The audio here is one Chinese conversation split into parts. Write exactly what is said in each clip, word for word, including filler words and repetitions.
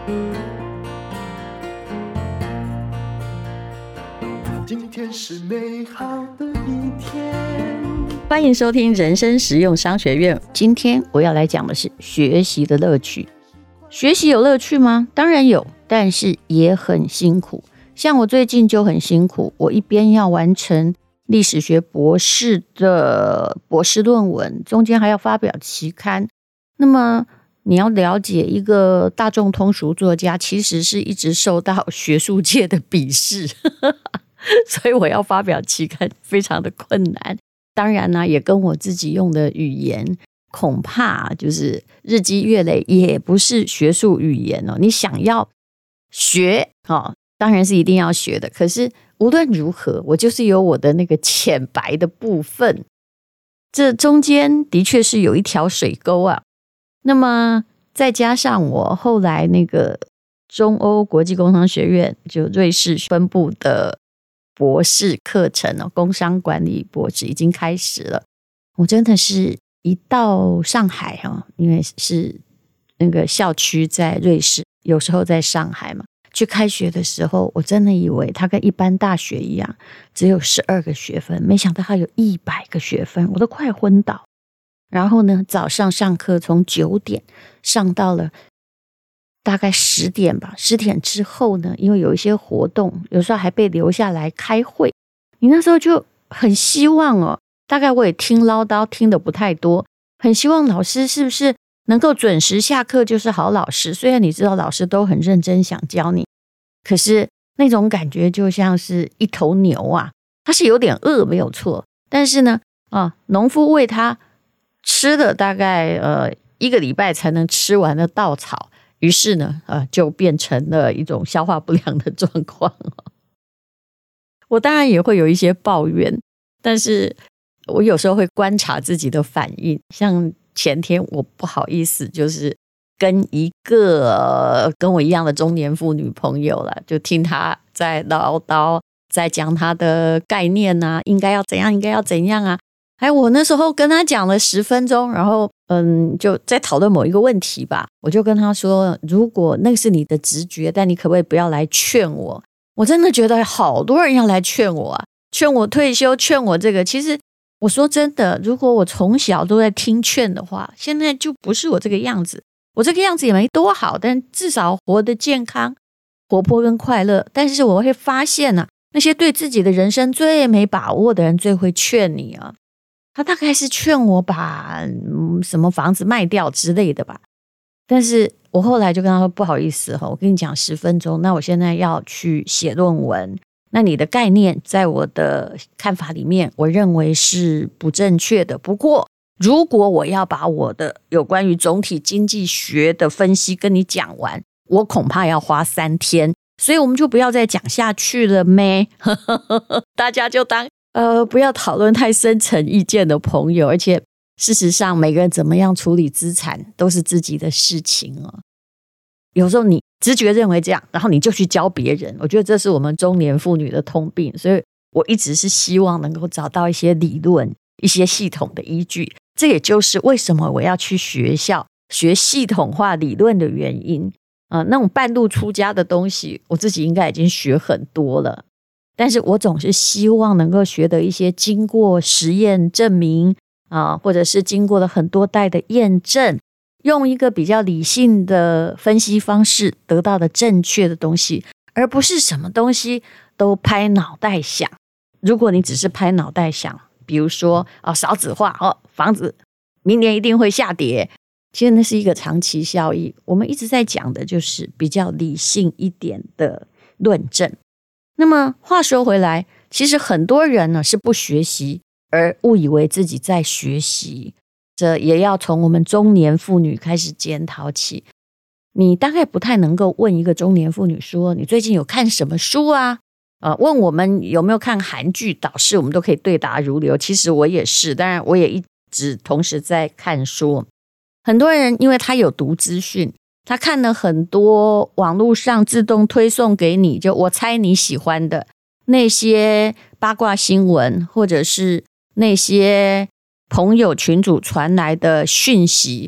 今天是美好的一天。 欢迎收听人生实用商学院。今天我要来讲的是学习的乐趣。学习有乐趣吗？当然有，但是也很辛苦。像我最近就很辛苦，我一边要完成历史学博士的博士论文，中间还要发表期刊。那么你要了解，一个大众通俗作家其实是一直受到学术界的鄙视所以我要发表期刊非常的困难。当然呢，也跟我自己用的语言恐怕就是日积月累，也不是学术语言哦。你想要学哦，当然是一定要学的，可是无论如何，我就是有我的那个浅白的部分，这中间的确是有一条水沟啊。那么再加上我后来那个中欧国际工商学院就瑞士分部的博士课程哦，工商管理博士已经开始了。我真的是一到上海哈，因为是那个校区在瑞士，有时候在上海嘛，去开学的时候，我真的以为它跟一般大学一样，只有十二个学分，没想到它有一百个学分，我都快昏倒。然后呢，早上上课从九点上到了大概十点吧，十点之后呢，因为有一些活动，有时候还被留下来开会。你那时候就很希望哦，大概我也听唠叨听得不太多，很希望老师是不是能够准时下课就是好老师。虽然你知道老师都很认真想教你，可是那种感觉就像是一头牛啊，它是有点饿没有错，但是呢，啊，农夫喂它吃了大概呃一个礼拜才能吃完的稻草，于是呢，呃，就变成了一种消化不良的状况。我当然也会有一些抱怨，但是我有时候会观察自己的反应。像前天我不好意思，就是跟一个跟我一样的中年妇女朋友了，就听她在唠叨，在讲她的概念啊，应该要怎样，应该要怎样啊。哎，我那时候跟他讲了十分钟，然后嗯，就在讨论某一个问题吧。我就跟他说，如果那是你的直觉，但你可不可以不要来劝我？我真的觉得好多人要来劝我啊，劝我退休，劝我这个。其实我说真的，如果我从小都在听劝的话，现在就不是我这个样子。我这个样子也没多好，但至少活得健康、活泼跟快乐。但是我会发现啊，那些对自己的人生最没把握的人，最会劝你啊。他大概是劝我把、嗯、什么房子卖掉之类的吧，但是我后来就跟他说不好意思，我跟你讲十分钟，那我现在要去写论文，那你的概念在我的看法里面我认为是不正确的，不过如果我要把我的有关于总体经济学的分析跟你讲完，我恐怕要花三天，所以我们就不要再讲下去了咩大家就当呃，不要讨论太深层意见的朋友，而且事实上每个人怎么样处理资产都是自己的事情哦。有时候你直觉认为这样，然后你就去教别人，我觉得这是我们中年妇女的通病，所以我一直是希望能够找到一些理论、一些系统的依据，这也就是为什么我要去学校学系统化理论的原因。呃，那种半路出家的东西，我自己应该已经学很多了。但是我总是希望能够学得一些经过实验证明啊，或者是经过了很多代的验证，用一个比较理性的分析方式得到的正确的东西，而不是什么东西都拍脑袋想。如果你只是拍脑袋想，比如说哦少子化哦，房子明年一定会下跌，其实那是一个长期效益。我们一直在讲的就是比较理性一点的论证。那么话说回来，其实很多人呢是不学习而误以为自己在学习，这也要从我们中年妇女开始检讨起。你大概不太能够问一个中年妇女说你最近有看什么书啊？呃，问我们有没有看韩剧导师，我们都可以对答如流。其实我也是，当然我也一直同时在看书。很多人因为他有读资讯，他看了很多网络上自动推送给你，就我猜你喜欢的那些八卦新闻，或者是那些朋友群组传来的讯息，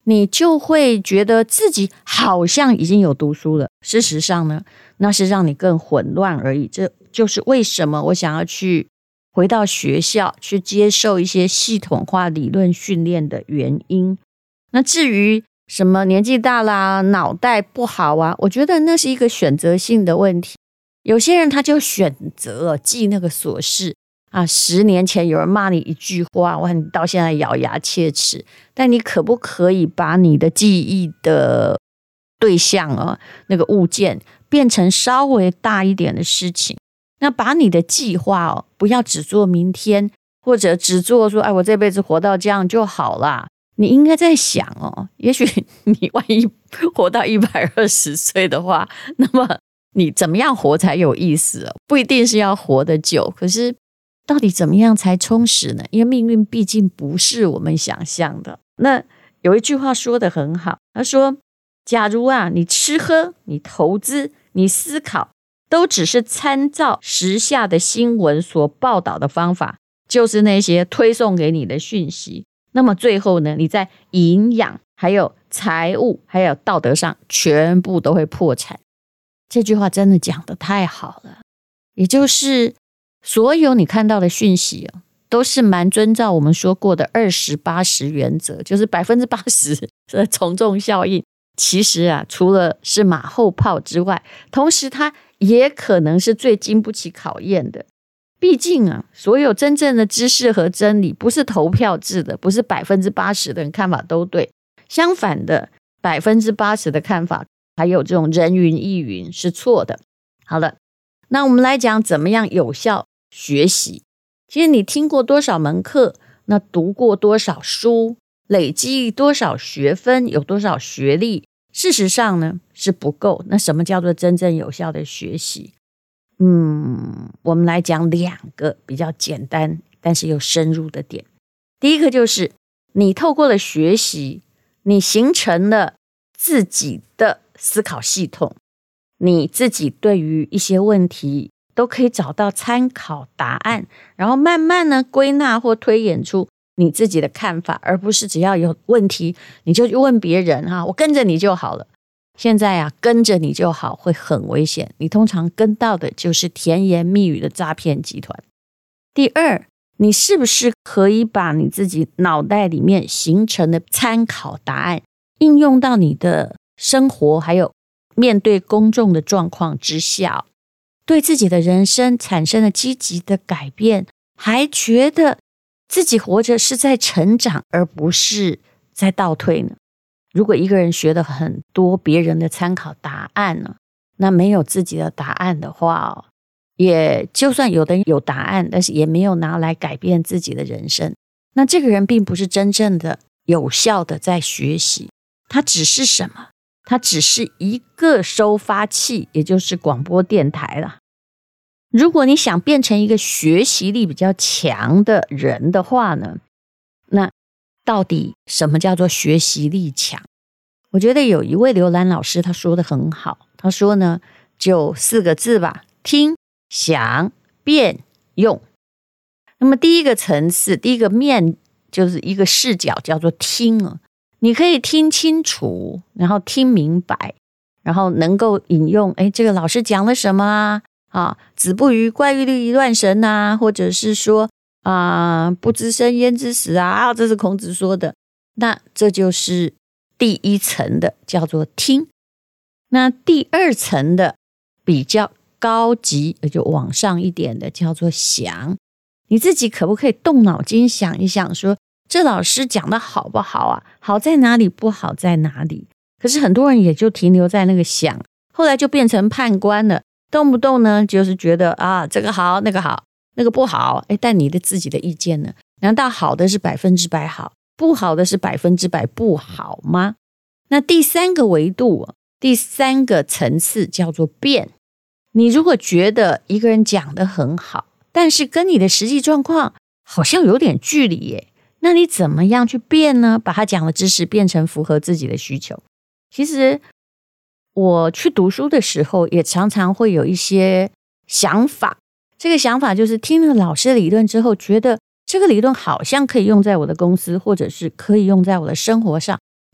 你就会觉得自己好像已经有读书了。事实上呢，那是让你更混乱而已。这就是为什么我想要去回到学校去接受一些系统化理论训练的原因。那至于什么年纪大啦，脑袋不好啊，我觉得那是一个选择性的问题。有些人他就选择记那个琐事啊，十年前有人骂你一句话，哇，你到现在咬牙切齿。但你可不可以把你的记忆的对象啊，那个物件变成稍微大一点的事情？那把你的计划哦，不要只做明天，或者只做说，哎，我这辈子活到这样就好啦。你应该在想哦，也许你万一活到一百二十岁的话，那么你怎么样活才有意思哦？不一定是要活得久，可是到底怎么样才充实呢？因为命运毕竟不是我们想象的。那有一句话说得很好，他说，假如啊，你吃喝，你投资，你思考，都只是参照时下的新闻所报道的方法，就是那些推送给你的讯息，那么最后呢，你在营养还有财务还有道德上全部都会破产。这句话真的讲得太好了，也就是所有你看到的讯息哦，都是蛮遵照我们说过的二十八十原则，就是百分之八十的从众效应。其实啊，除了是马后炮之外，同时它也可能是最经不起考验的。毕竟啊，所有真正的知识和真理不是投票制的，不是百分之八十的人看法都对。相反的，百分之八十的看法，还有这种人云亦云是错的。好了，那我们来讲怎么样有效学习。其实你听过多少门课，那读过多少书，累积多少学分，有多少学历，事实上呢是不够。那什么叫做真正有效的学习？嗯，我们来讲两个比较简单但是又深入的点。第一个就是你透过了学习，你形成了自己的思考系统，你自己对于一些问题都可以找到参考答案，然后慢慢呢归纳或推演出你自己的看法，而不是只要有问题你就去问别人哈，我跟着你就好了。现在啊，跟着你就好会很危险，你通常跟到的就是甜言蜜语的诈骗集团。第二，你是不是可以把你自己脑袋里面形成的参考答案应用到你的生活，还有面对公众的状况之下，对自己的人生产生了积极的改变，还觉得自己活着是在成长而不是在倒退呢？如果一个人学了很多别人的参考答案呢，那没有自己的答案的话，也就算有的人有答案，但是也没有拿来改变自己的人生，那这个人并不是真正的有效的在学习，他只是什么？他只是一个收发器，也就是广播电台啦。如果你想变成一个学习力比较强的人的话呢，那到底什么叫做学习力强？我觉得有一位刘兰老师他说的很好，他说呢，就四个字吧，听、想、变、用。那么第一个层次，第一个面就是一个视角叫做听啊，你可以听清楚，然后听明白，然后能够引用，哎，这个老师讲了什么啊？啊，子不语怪力乱神啊，或者是说啊，不知生焉知死啊，啊，这是孔子说的。那这就是第一层的叫做听。那第二层的比较高级，也就往上一点的叫做想。你自己可不可以动脑筋想一想，说这老师讲的好不好啊？好在哪里，不好在哪里？可是很多人也就停留在那个想，后来就变成判官了，动不动呢就是觉得啊，这个好，那个好，那个不好。诶，但你的自己的意见呢？难道好的是百分之百好，不好的是百分之百不好吗？那第三个维度，第三个层次叫做变。你如果觉得一个人讲得很好，但是跟你的实际状况好像有点距离耶，那你怎么样去变呢？把他讲的知识变成符合自己的需求。其实我去读书的时候也常常会有一些想法，这个想法就是听了老师的理论之后，觉得这个理论好像可以用在我的公司，或者是可以用在我的生活上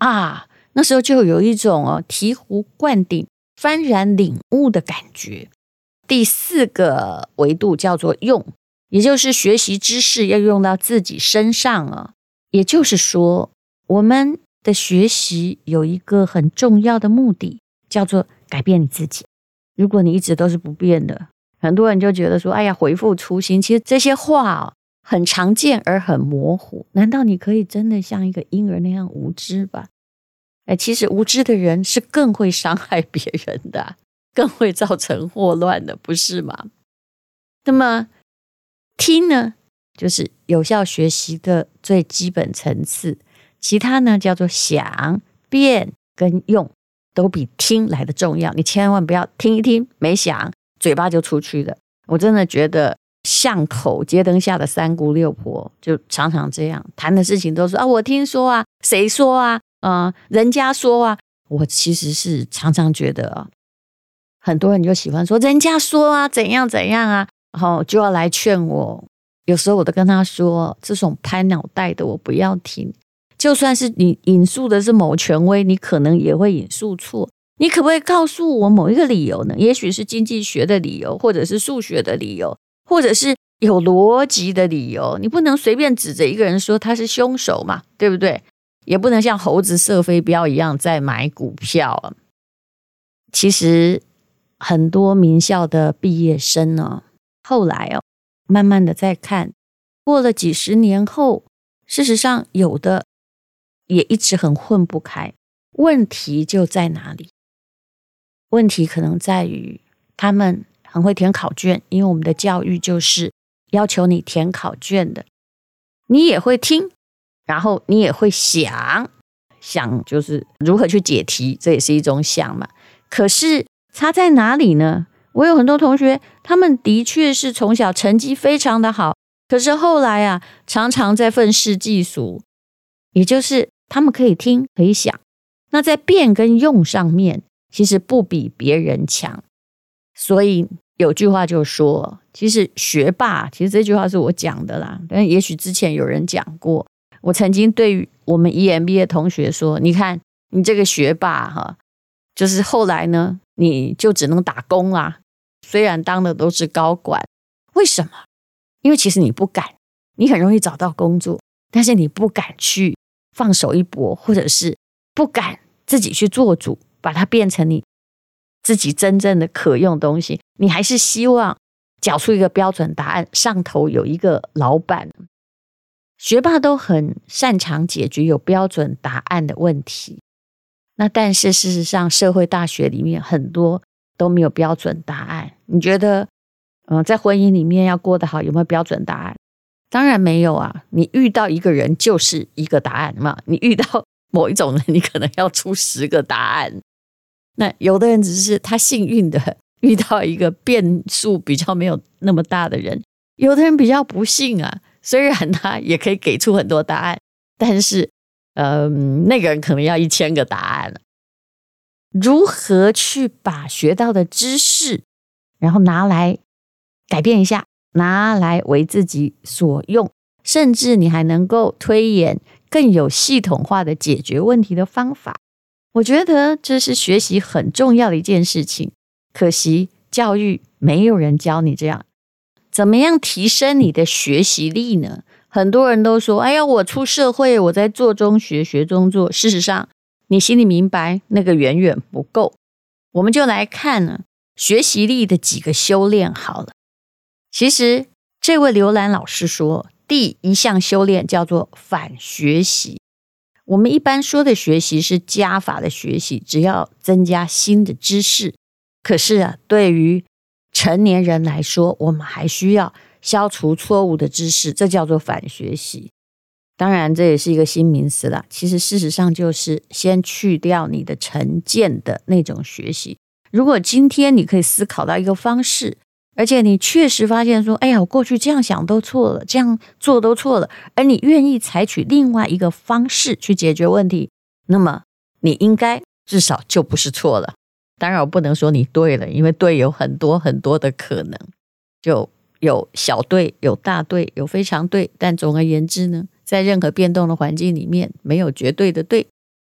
啊，那时候就有一种哦醍醐灌顶、幡然领悟的感觉。第四个维度叫做用，也就是学习知识要用到自己身上啊。也就是说，我们的学习有一个很重要的目的，叫做改变你自己。如果你一直都是不变的，很多人就觉得说，哎呀，恢复初心。其实这些话哦，很常见而很模糊。难道你可以真的像一个婴儿那样无知吧？哎，其实无知的人是更会伤害别人的啊，更会造成祸乱的，不是吗？那么听呢，就是有效学习的最基本层次，其他呢叫做想、变跟用，都比听来的重要。你千万不要听一听没想，嘴巴就出去了。我真的觉得巷口街灯下的三姑六婆就常常这样谈的事情都是啊，我听说啊，谁说啊，呃，人家说啊。我其实是常常觉得啊，很多人就喜欢说人家说啊，怎样怎样啊，然后就要来劝我。有时候我都跟他说，这种拍脑袋的我不要听。就算是你引述的是某权威，你可能也会引述错。你可不可以告诉我某一个理由呢？也许是经济学的理由，或者是数学的理由，或者是有逻辑的理由。你不能随便指着一个人说他是凶手嘛，对不对？也不能像猴子射飞镖一样在买股票啊。其实很多名校的毕业生呢，后来哦，慢慢的在看，过了几十年后，事实上有的也一直很混不开。问题就在哪里？问题可能在于他们很会填考卷，因为我们的教育就是要求你填考卷的。你也会听，然后你也会想，想就是如何去解题，这也是一种想嘛。可是差在哪里呢？我有很多同学，他们的确是从小成绩非常的好，可是后来啊，常常在愤世嫉俗，也就是他们可以听，可以想，那在变跟用上面，其实不比别人强。所以有句话就说，其实学霸，其实这句话是我讲的啦，但也许之前有人讲过。我曾经对于我们 E M B A 同学说，你看你这个学霸哈，就是后来呢，你就只能打工啦。虽然当的都是高管，为什么？因为其实你不敢，你很容易找到工作，但是你不敢去放手一搏，或者是不敢自己去做主，把它变成你自己真正的可用东西。你还是希望缴出一个标准答案，上头有一个老板。学霸都很擅长解决有标准答案的问题，那但是事实上社会大学里面很多都没有标准答案。你觉得呃，在婚姻里面要过得好，有没有标准答案？当然没有啊。你遇到一个人就是一个答案嘛，你遇到某一种人，你可能要出十个答案。那有的人只是他幸运的遇到一个变数比较没有那么大的人，有的人比较不幸啊，虽然他也可以给出很多答案，但是呃，那个人可能要一千个答案了。如何去把学到的知识然后拿来改变一下，拿来为自己所用，甚至你还能够推演更有系统化的解决问题的方法。我觉得这是学习很重要的一件事情，可惜教育没有人教你这样。怎么样提升你的学习力呢？很多人都说，哎呀，我出社会，我在做中学，学中做。事实上，你心里明白，那个远远不够。我们就来看呢，学习力的几个修炼好了。其实，这位刘兰老师说，第一项修炼叫做反学习。我们一般说的学习是加法的学习，只要增加新的知识。可是啊，对于成年人来说，我们还需要消除错误的知识，这叫做反学习。当然这也是一个新名词啦，其实事实上就是先去掉你的成见的那种学习。如果今天你可以思考到一个方式，而且你确实发现说，哎呀，我过去这样想都错了，这样做都错了，而你愿意采取另外一个方式去解决问题，那么你应该至少就不是错了。当然我不能说你对了，因为对有很多很多的可能，就有小对，有大对，有非常对，但总而言之呢，在任何变动的环境里面，没有绝对的对。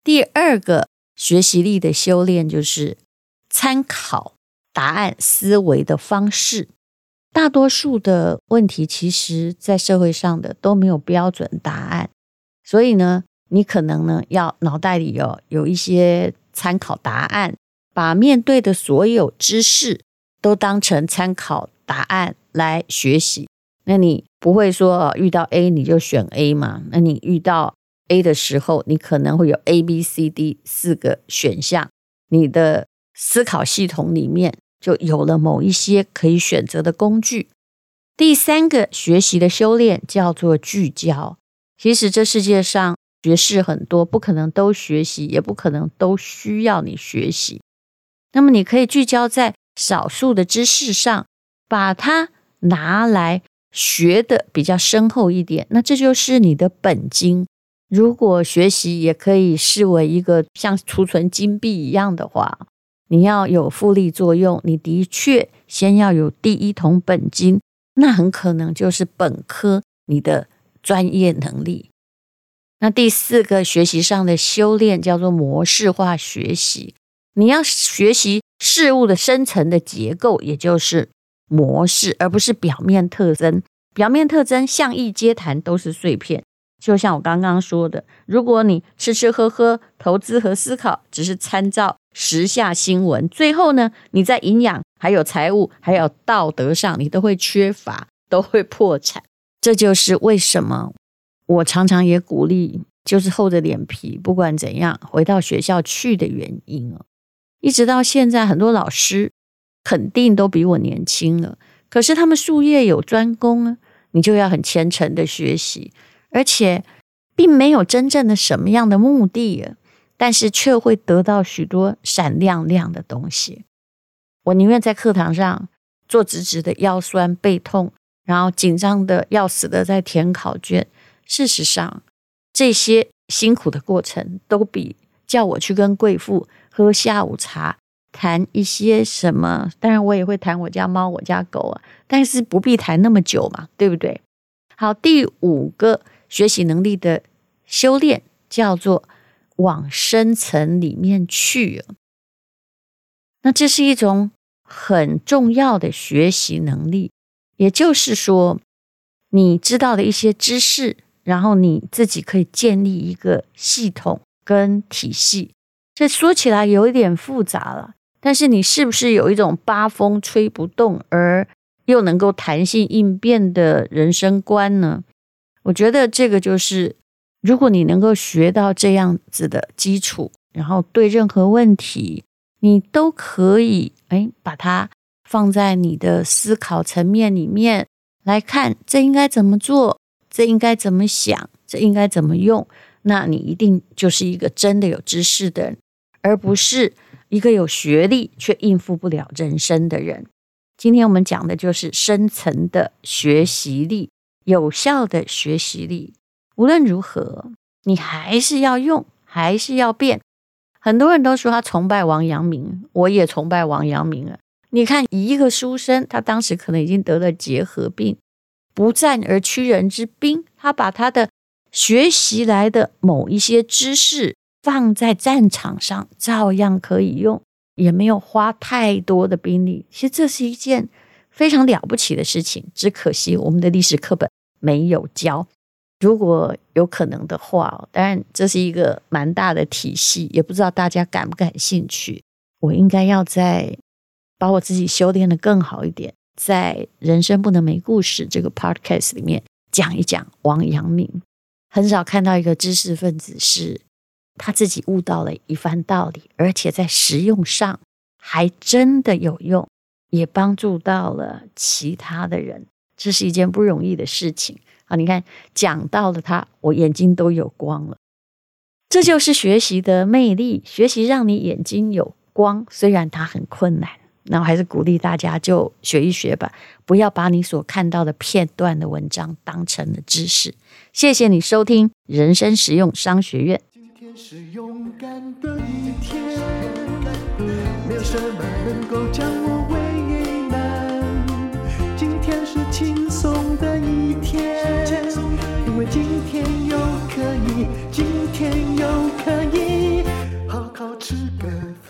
第二个学习力的修炼就是参考答案思维的方式。大多数的问题其实在社会上的都没有标准答案，所以呢你可能呢要脑袋里有有一些参考答案，把面对的所有知识都当成参考答案来学习。那你不会说遇到 A 你就选 A 嘛？那你遇到 A 的时候，你可能会有 A B C D 四个选项，你的思考系统里面就有了某一些可以选择的工具。第三个学习的修炼叫做聚焦。其实这世界上学识很多，不可能都学习，也不可能都需要你学习。那么你可以聚焦在少数的知识上，把它拿来学的比较深厚一点，那这就是你的本金。如果学习也可以视为一个像储存金币一样的话，你要有复利作用，你的确先要有第一桶本金，那很可能就是本科你的专业能力。那第四个学习上的修炼叫做模式化学习，你要学习事物的深层的结构，也就是模式，而不是表面特征。表面特征象意皆谈都是碎片，就像我刚刚说的，如果你吃吃喝喝、投资和思考只是参照时下新闻，最后呢，你在营养、还有财务、还有道德上，你都会缺乏，都会破产。这就是为什么我常常也鼓励，就是厚着脸皮，不管怎样回到学校去的原因哦。一直到现在，很多老师肯定都比我年轻了，可是他们术业有专攻啊，你就要很虔诚的学习，而且并没有真正的什么样的目的啊，但是却会得到许多闪亮亮的东西。我宁愿在课堂上坐直直的腰酸背痛，然后紧张的要死的在填考卷，事实上这些辛苦的过程都比叫我去跟贵妇喝下午茶谈一些什么，当然我也会谈我家猫我家狗啊，但是不必谈那么久嘛，对不对？好，第五个学习能力的修炼叫做往深层里面去。那这是一种很重要的学习能力，也就是说你知道的一些知识，然后你自己可以建立一个系统跟体系。这说起来有一点复杂了，但是你是不是有一种八风吹不动而又能够弹性应变的人生观呢？我觉得这个就是如果你能够学到这样子的基础，然后对任何问题你都可以诶把它放在你的思考层面里面来看，这应该怎么做，这应该怎么想，这应该怎么用，那你一定就是一个真的有知识的人，而不是一个有学历却应付不了人生的人。今天我们讲的就是深层的学习力，有效的学习力。无论如何你还是要用，还是要变。很多人都说他崇拜王阳明，我也崇拜王阳明了。你看一个书生，他当时可能已经得了结核病，不战而屈人之兵，他把他的学习来的某一些知识放在战场上照样可以用，也没有花太多的兵力。其实这是一件非常了不起的事情，只可惜我们的历史课本没有教。如果有可能的话，当然这是一个蛮大的体系，也不知道大家感不感兴趣。我应该要再把我自己修炼得更好一点，在人生不能没故事这个 podcast 里面讲一讲王阳明。很少看到一个知识分子是他自己悟到了一番道理，而且在实用上还真的有用，也帮助到了其他的人，这是一件不容易的事情啊！你看讲到了他，我眼睛都有光了。这就是学习的魅力，学习让你眼睛有光，虽然它很困难，那我还是鼓励大家就学一学吧，不要把你所看到的片段的文章当成了知识。谢谢你收听人生实用商学院。 今天是勇敢的一天，没有什么能够将我为难。今天是轻松的一天，因为今天又可以，今天又可以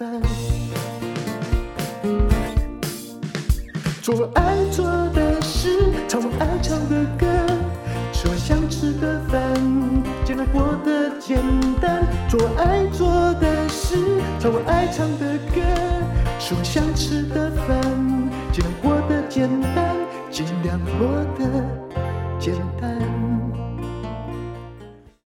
饭。做我爱做的事，唱我爱唱的歌，吃我想吃的饭，尽量过得简单。做我爱做的事，唱我爱唱的歌，吃我想吃的饭，尽量过得简单，尽量过得简单。